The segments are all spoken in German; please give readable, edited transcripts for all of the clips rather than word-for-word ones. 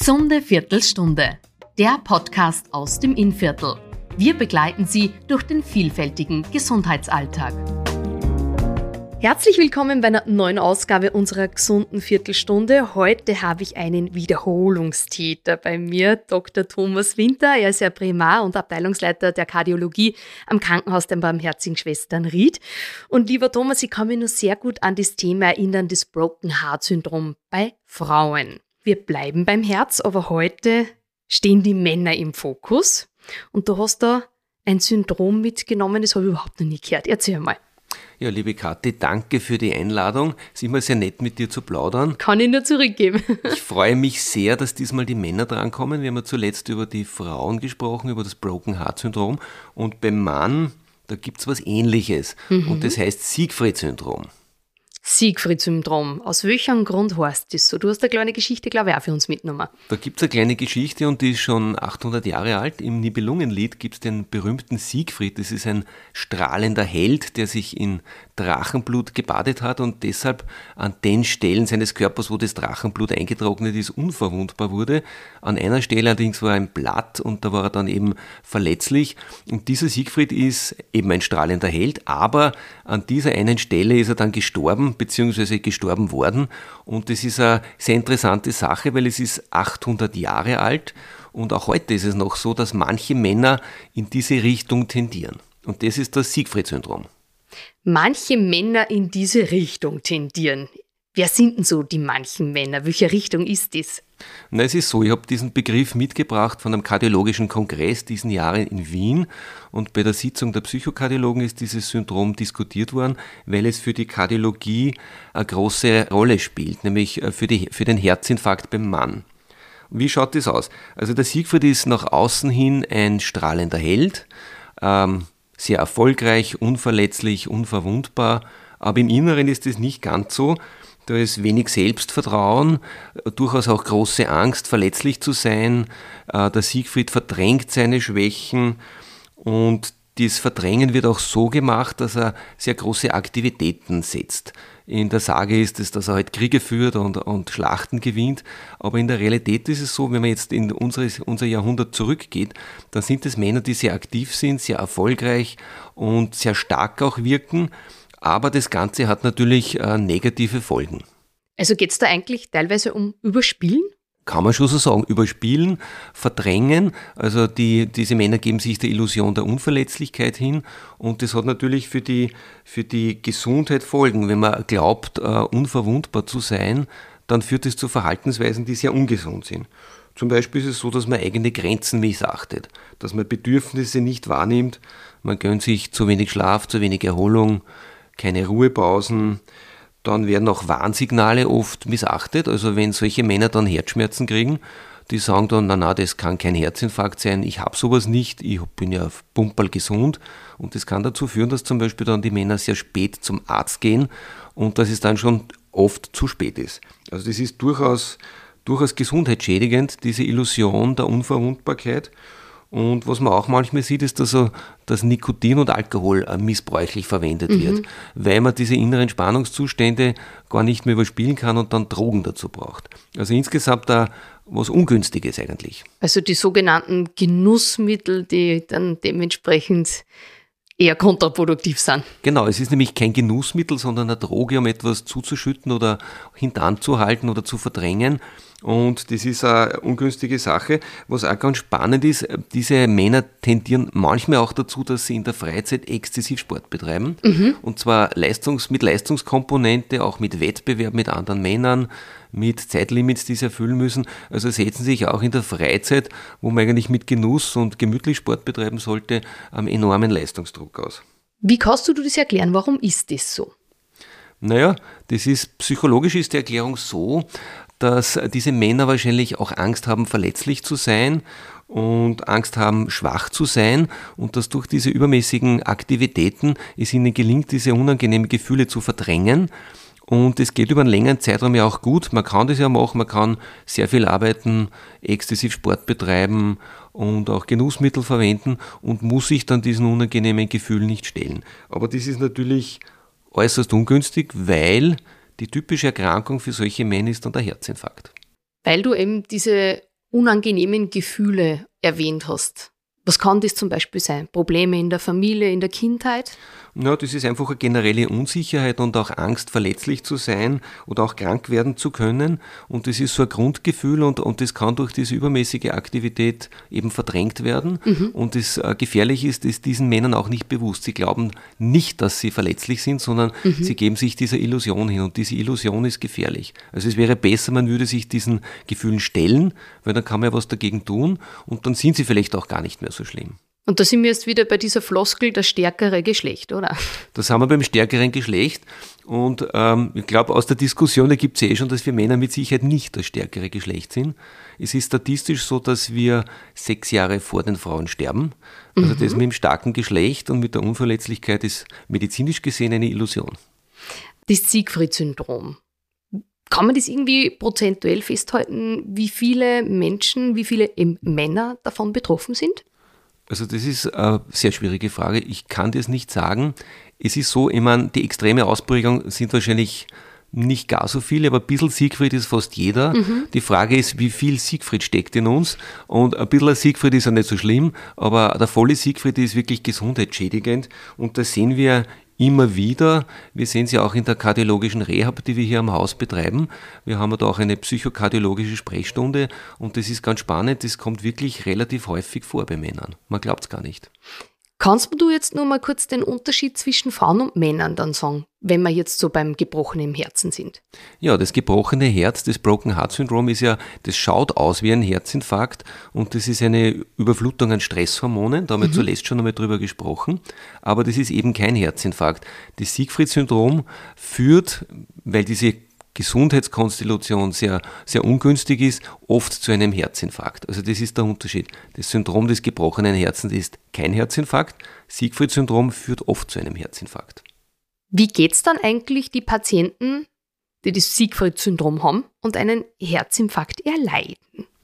Gesunde Viertelstunde, der Podcast aus dem Innviertel. Wir begleiten Sie durch den vielfältigen Gesundheitsalltag. Herzlich willkommen bei einer neuen Ausgabe unserer gesunden Viertelstunde. Heute habe ich einen Wiederholungstäter bei mir, Dr. Thomas Winter. Er ist ja Primar- und Abteilungsleiter der Kardiologie am Krankenhaus der Barmherzigen Schwestern Ried. Und lieber Thomas, ich kann mich nur sehr gut an das Thema erinnern, das Broken Heart Syndrom bei Frauen. Wir bleiben beim Herz, aber heute stehen die Männer im Fokus. Und du hast da ein Syndrom mitgenommen, das habe ich überhaupt noch nie gehört. Erzähl mal. Ja, liebe Kathi, danke für die Einladung. Es ist immer sehr nett, mit dir zu plaudern. Kann ich nur zurückgeben. Ich freue mich sehr, dass diesmal die Männer drankommen. Wir haben ja zuletzt über die Frauen gesprochen, über das Broken Heart Syndrom. Und beim Mann, da gibt es was Ähnliches. Und das heißt Siegfried-Syndrom. Siegfried-Syndrom. Aus welchem Grund heißt das so? Du hast eine kleine Geschichte, glaube ich, auch für uns mitgenommen. Da gibt es eine kleine Geschichte und die ist schon 800 Jahre alt. Im Nibelungenlied gibt es den berühmten Siegfried. Das ist ein strahlender Held, der sich in Drachenblut gebadet hat und deshalb an den Stellen seines Körpers, wo das Drachenblut eingetrocknet ist, unverwundbar wurde. An einer Stelle allerdings war ein Blatt und da war er dann eben verletzlich. Und dieser Siegfried ist eben ein strahlender Held, aber an dieser einen Stelle ist er dann gestorben, beziehungsweise gestorben worden. Und das ist eine sehr interessante Sache, weil es ist 800 Jahre alt und auch heute ist es noch so, dass manche Männer in diese Richtung tendieren. Und das ist das Siegfried-Syndrom. Manche Männer in diese Richtung tendieren. Wer sind denn so die manchen Männer? Welche Richtung ist das? Na, es ist so, ich habe diesen Begriff mitgebracht von einem kardiologischen Kongress diesen Jahres in Wien und bei der Sitzung der Psychokardiologen ist dieses Syndrom diskutiert worden, weil es für die Kardiologie eine große Rolle spielt, nämlich für den Herzinfarkt beim Mann. Wie schaut das aus? Also der Siegfried ist nach außen hin ein strahlender Held, sehr erfolgreich, unverletzlich, unverwundbar, aber im Inneren ist es nicht ganz so. Da ist wenig Selbstvertrauen, durchaus auch große Angst, verletzlich zu sein. Der Siegfried verdrängt seine Schwächen und das Verdrängen wird auch so gemacht, dass er sehr große Aktivitäten setzt. In der Sage ist es, dass er halt Kriege führt und Schlachten gewinnt, aber in der Realität ist es so, wenn man jetzt in unser Jahrhundert zurückgeht, dann sind es Männer, die sehr aktiv sind, sehr erfolgreich und sehr stark auch wirken. Aber das Ganze hat natürlich negative Folgen. Also geht es da eigentlich teilweise um Überspielen? Kann man schon so sagen. Überspielen, verdrängen. Also diese Männer geben sich der Illusion der Unverletzlichkeit hin. Und das hat natürlich für die Gesundheit Folgen. Wenn man glaubt, unverwundbar zu sein, dann führt es zu Verhaltensweisen, die sehr ungesund sind. Zum Beispiel ist es so, dass man eigene Grenzen missachtet, dass man Bedürfnisse nicht wahrnimmt. Man gönnt sich zu wenig Schlaf, zu wenig Erholung, keine Ruhepausen, dann werden auch Warnsignale oft missachtet. Also wenn solche Männer dann Herzschmerzen kriegen, die sagen dann, na, das kann kein Herzinfarkt sein, ich habe sowas nicht, ich bin ja pumperl gesund. Und das kann dazu führen, dass zum Beispiel dann die Männer sehr spät zum Arzt gehen und dass es dann schon oft zu spät ist. Also das ist durchaus gesundheitsschädigend, diese Illusion der Unverwundbarkeit. Und was man auch manchmal sieht, ist, dass Nikotin und Alkohol missbräuchlich verwendet wird, weil man diese inneren Spannungszustände gar nicht mehr überspielen kann und dann Drogen dazu braucht. Also insgesamt was Ungünstiges eigentlich. Also die sogenannten Genussmittel, die dann dementsprechend eher kontraproduktiv sind. Genau, es ist nämlich kein Genussmittel, sondern eine Droge, um etwas zuzuschütten oder hintanzuhalten oder zu verdrängen. Und das ist eine ungünstige Sache. Was auch ganz spannend ist, diese Männer tendieren manchmal auch dazu, dass sie in der Freizeit exzessiv Sport betreiben. Und zwar mit Leistungskomponente, auch mit Wettbewerb mit anderen Männern, mit Zeitlimits, die sie erfüllen müssen. Also setzen sich auch in der Freizeit, wo man eigentlich mit Genuss und gemütlich Sport betreiben sollte, einem enormen Leistungsdruck aus. Wie kannst du das erklären? Warum ist das so? Naja, psychologisch ist die Erklärung so, dass diese Männer wahrscheinlich auch Angst haben, verletzlich zu sein und Angst haben, schwach zu sein und dass durch diese übermäßigen Aktivitäten es ihnen gelingt, diese unangenehmen Gefühle zu verdrängen. Und es geht über einen längeren Zeitraum ja auch gut. Man kann das ja machen, man kann sehr viel arbeiten, exzessiv Sport betreiben und auch Genussmittel verwenden und muss sich dann diesen unangenehmen Gefühlen nicht stellen. Aber das ist natürlich äußerst ungünstig, weil die typische Erkrankung für solche Männer ist dann der Herzinfarkt. Weil du eben diese unangenehmen Gefühle erwähnt hast. Was kann das zum Beispiel sein? Probleme in der Familie, in der Kindheit? Ja, das ist einfach eine generelle Unsicherheit und auch Angst, verletzlich zu sein oder auch krank werden zu können. Und das ist so ein Grundgefühl und das kann durch diese übermäßige Aktivität eben verdrängt werden. Und das gefährlich ist diesen Männern auch nicht bewusst. Sie glauben nicht, dass sie verletzlich sind, sondern sie geben sich dieser Illusion hin und diese Illusion ist gefährlich. Also es wäre besser, man würde sich diesen Gefühlen stellen, weil dann kann man ja was dagegen tun und dann sind sie vielleicht auch gar nicht mehr so schlimm. Und da sind wir jetzt wieder bei dieser Floskel, das stärkere Geschlecht, oder? Das haben wir beim stärkeren Geschlecht und ich glaube, aus der Diskussion ergibt sich schon, dass wir Männer mit Sicherheit nicht das stärkere Geschlecht sind. Es ist statistisch so, dass wir 6 Jahre vor den Frauen sterben. Also das mit dem starken Geschlecht und mit der Unverletzlichkeit ist medizinisch gesehen eine Illusion. Das Siegfried-Syndrom. Kann man das irgendwie prozentuell festhalten, wie viele Menschen, wie viele Männer davon betroffen sind? Also das ist eine sehr schwierige Frage. Ich kann das nicht sagen. Es ist so, ich meine, die extreme Ausprägung sind wahrscheinlich nicht gar so viele, aber ein bisschen Siegfried ist fast jeder. Die Frage ist, wie viel Siegfried steckt in uns? Und ein bisschen Siegfried ist ja nicht so schlimm, aber der volle Siegfried ist wirklich gesundheitsschädigend. Und das sehen wir immer wieder. Wir sehen es ja auch in der kardiologischen Rehab, die wir hier am Haus betreiben. Wir haben da auch eine psychokardiologische Sprechstunde und das ist ganz spannend. Das kommt wirklich relativ häufig vor bei Männern. Man glaubt es gar nicht. Kannst du jetzt nur mal kurz den Unterschied zwischen Frauen und Männern dann sagen, wenn wir jetzt so beim gebrochenen Herzen sind? Ja, das gebrochene Herz, das Broken Heart Syndrome ist ja, das schaut aus wie ein Herzinfarkt und das ist eine Überflutung an Stresshormonen, da haben wir zuletzt schon einmal drüber gesprochen, aber das ist eben kein Herzinfarkt. Das Siegfried-Syndrom führt, weil diese Gesundheitskonstellation sehr, sehr ungünstig ist, oft zu einem Herzinfarkt. Also das ist der Unterschied. Das Syndrom des gebrochenen Herzens ist kein Herzinfarkt. Siegfried-Syndrom führt oft zu einem Herzinfarkt. Wie geht's dann eigentlich die Patienten, die das Siegfried-Syndrom haben und einen Herzinfarkt erleiden?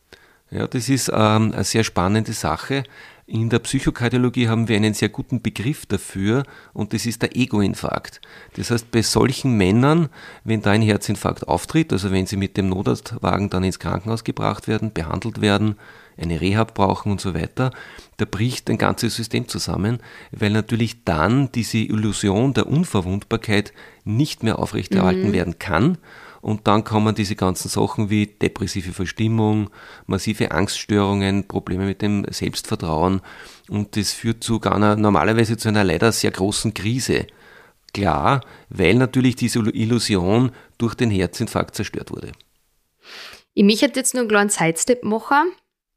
Ja, das ist eine sehr spannende Sache. In der Psychokardiologie haben wir einen sehr guten Begriff dafür und das ist der Ego-Infarkt. Das heißt, bei solchen Männern, wenn da ein Herzinfarkt auftritt, also wenn sie mit dem Notarztwagen dann ins Krankenhaus gebracht werden, behandelt werden, eine Rehab brauchen und so weiter, da bricht ein ganzes System zusammen, weil natürlich dann diese Illusion der Unverwundbarkeit nicht mehr aufrechterhalten werden kann. Und dann kommen diese ganzen Sachen wie depressive Verstimmung, massive Angststörungen, Probleme mit dem Selbstvertrauen und das führt normalerweise zu einer leider sehr großen Krise. Klar, weil natürlich diese Illusion durch den Herzinfarkt zerstört wurde. Ich möchte jetzt noch einen kleinen Sidestep machen.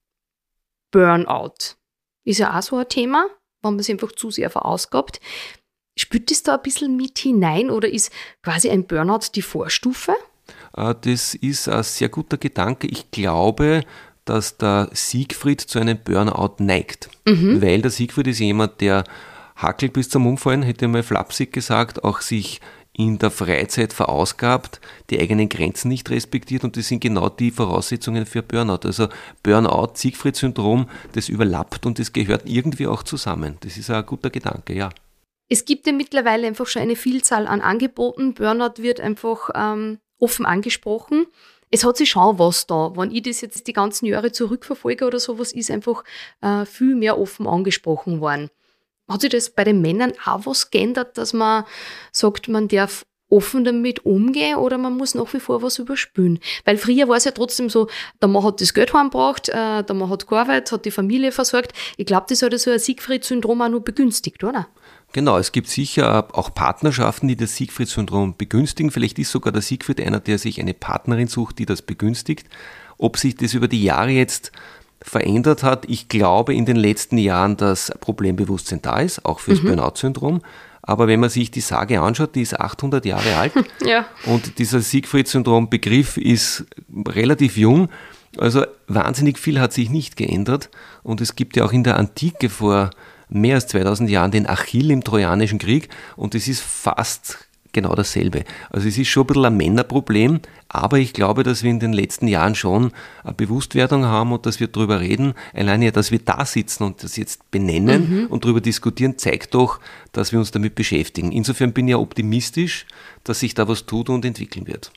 Burnout ist ja auch so ein Thema, wenn man sich einfach zu sehr verausgabt. Spielt das da ein bisschen mit hinein oder ist quasi ein Burnout die Vorstufe? Das ist ein sehr guter Gedanke. Ich glaube, dass der Siegfried zu einem Burnout neigt. Weil der Siegfried ist jemand, der hackelt bis zum Umfallen, hätte mal flapsig gesagt, auch sich in der Freizeit verausgabt, die eigenen Grenzen nicht respektiert und das sind genau die Voraussetzungen für Burnout. Also Burnout, Siegfried-Syndrom, das überlappt und das gehört irgendwie auch zusammen. Das ist ein guter Gedanke, ja. Es gibt ja mittlerweile einfach schon eine Vielzahl an Angeboten. Burnout wird einfach offen angesprochen. Es hat sich schon was da. Wenn ich das jetzt die ganzen Jahre zurückverfolge oder sowas, ist einfach viel mehr offen angesprochen worden. Hat sich das bei den Männern auch was geändert, dass man sagt, man darf offen damit umgehen oder man muss nach wie vor was überspülen? Weil früher war es ja trotzdem so, der Mann hat das Geld heimgebracht, der Mann hat gearbeitet, hat die Familie versorgt. Ich glaube, das hat so ein Siegfried-Syndrom auch nur begünstigt, oder? Genau, es gibt sicher auch Partnerschaften, die das Siegfried-Syndrom begünstigen. Vielleicht ist sogar der Siegfried einer, der sich eine Partnerin sucht, die das begünstigt. Ob sich das über die Jahre jetzt verändert hat, ich glaube in den letzten Jahren, dass Problembewusstsein da ist, auch fürs Burnout-Syndrom. Aber wenn man sich die Sage anschaut, die ist 800 Jahre alt Ja. und dieser Siegfried-Syndrom-Begriff ist relativ jung. Also wahnsinnig viel hat sich nicht geändert und es gibt ja auch in der Antike vor mehr als 2000 Jahren den Achill im Trojanischen Krieg und es ist fast genau dasselbe. Also es ist schon ein bisschen ein Männerproblem, aber ich glaube, dass wir in den letzten Jahren schon eine Bewusstwerdung haben und dass wir darüber reden. Alleine, dass wir da sitzen und das jetzt benennen und darüber diskutieren, zeigt doch, dass wir uns damit beschäftigen. Insofern bin ich ja optimistisch, dass sich da was tut und entwickeln wird.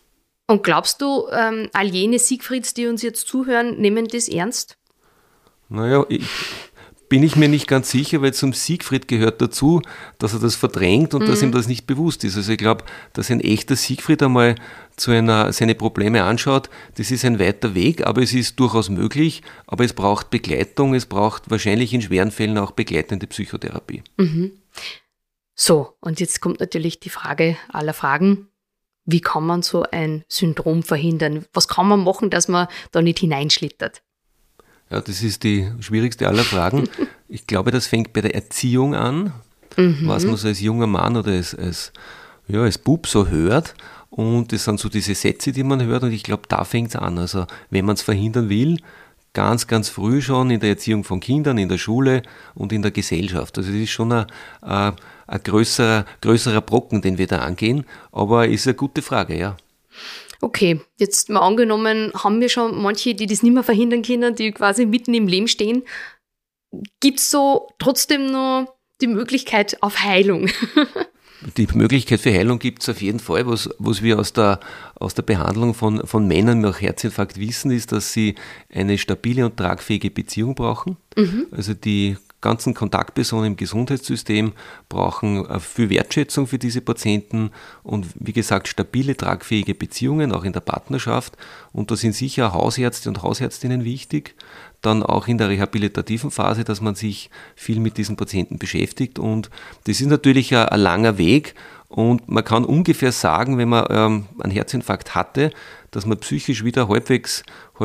Und glaubst du, all jene Siegfrieds, die uns jetzt zuhören, nehmen das ernst? Naja, bin ich mir nicht ganz sicher, weil zum Siegfried gehört dazu, dass er das verdrängt und dass ihm das nicht bewusst ist. Also ich glaube, dass ein echter Siegfried einmal seine Probleme anschaut, das ist ein weiter Weg, aber es ist durchaus möglich, aber es braucht Begleitung, es braucht wahrscheinlich in schweren Fällen auch begleitende Psychotherapie. So, und jetzt kommt natürlich die Frage aller Fragen. Wie kann man so ein Syndrom verhindern? Was kann man machen, dass man da nicht hineinschlittert? Ja, das ist die schwierigste aller Fragen. Ich glaube, das fängt bei der Erziehung an, was man so als junger Mann oder als Bub so hört. Und das sind so diese Sätze, die man hört. Und ich glaube, da fängt es an. Also wenn man es verhindern will, ganz, ganz früh schon in der Erziehung von Kindern, in der Schule und in der Gesellschaft. Also das ist schon ein größerer Brocken, den wir da angehen. Aber ist eine gute Frage, ja. Okay, jetzt mal angenommen, haben wir schon manche, die das nicht mehr verhindern können, die quasi mitten im Leben stehen. Gibt es so trotzdem noch die Möglichkeit auf Heilung? Die Möglichkeit für Heilung gibt es auf jeden Fall. Was wir aus der Behandlung von Männern nach Herzinfarkt wissen, ist, dass sie eine stabile und tragfähige Beziehung brauchen. Also die ganzen Kontaktpersonen im Gesundheitssystem brauchen viel Wertschätzung für diese Patienten und wie gesagt stabile, tragfähige Beziehungen, auch in der Partnerschaft. Und da sind sicher Hausärzte und Hausärztinnen wichtig. Dann auch in der rehabilitativen Phase, dass man sich viel mit diesen Patienten beschäftigt. Und das ist natürlich ein langer Weg. Und man kann ungefähr sagen, wenn man einen Herzinfarkt hatte, dass man psychisch wieder halbwegs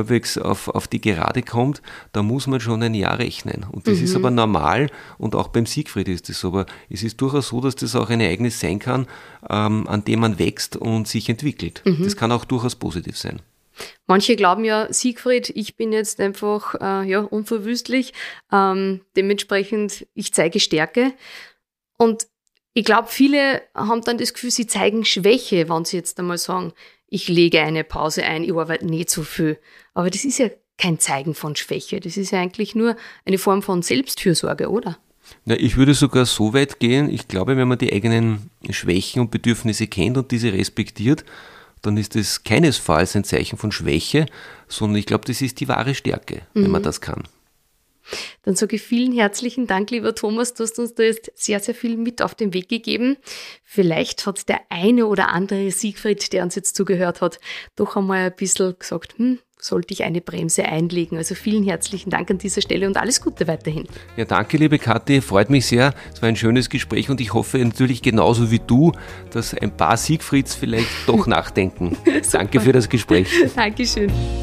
auf die Gerade kommt, da muss man schon ein Jahr rechnen. Und das ist aber normal und auch beim Siegfried ist das so. Aber es ist durchaus so, dass das auch ein Ereignis sein kann, an dem man wächst und sich entwickelt. Das kann auch durchaus positiv sein. Manche glauben ja, Siegfried, ich bin jetzt einfach unverwüstlich, dementsprechend ich zeige Stärke. Und ich glaube, viele haben dann das Gefühl, sie zeigen Schwäche, wenn sie jetzt einmal sagen, ich lege eine Pause ein, ich arbeite nicht so viel. Aber das ist ja kein Zeigen von Schwäche, das ist ja eigentlich nur eine Form von Selbstfürsorge, oder? Ja, ich würde sogar so weit gehen, ich glaube, wenn man die eigenen Schwächen und Bedürfnisse kennt und diese respektiert, dann ist das keinesfalls ein Zeichen von Schwäche, sondern ich glaube, das ist die wahre Stärke, wenn man das kann. Dann sage ich vielen herzlichen Dank, lieber Thomas, du hast uns da jetzt sehr, sehr viel mit auf den Weg gegeben. Vielleicht hat der eine oder andere Siegfried, der uns jetzt zugehört hat, doch einmal ein bisschen gesagt, sollte ich eine Bremse einlegen. Also vielen herzlichen Dank an dieser Stelle und alles Gute weiterhin. Ja, danke, liebe Kathi, freut mich sehr. Es war ein schönes Gespräch und ich hoffe natürlich genauso wie du, dass ein paar Siegfrieds vielleicht doch nachdenken. Danke für das Gespräch. Dankeschön.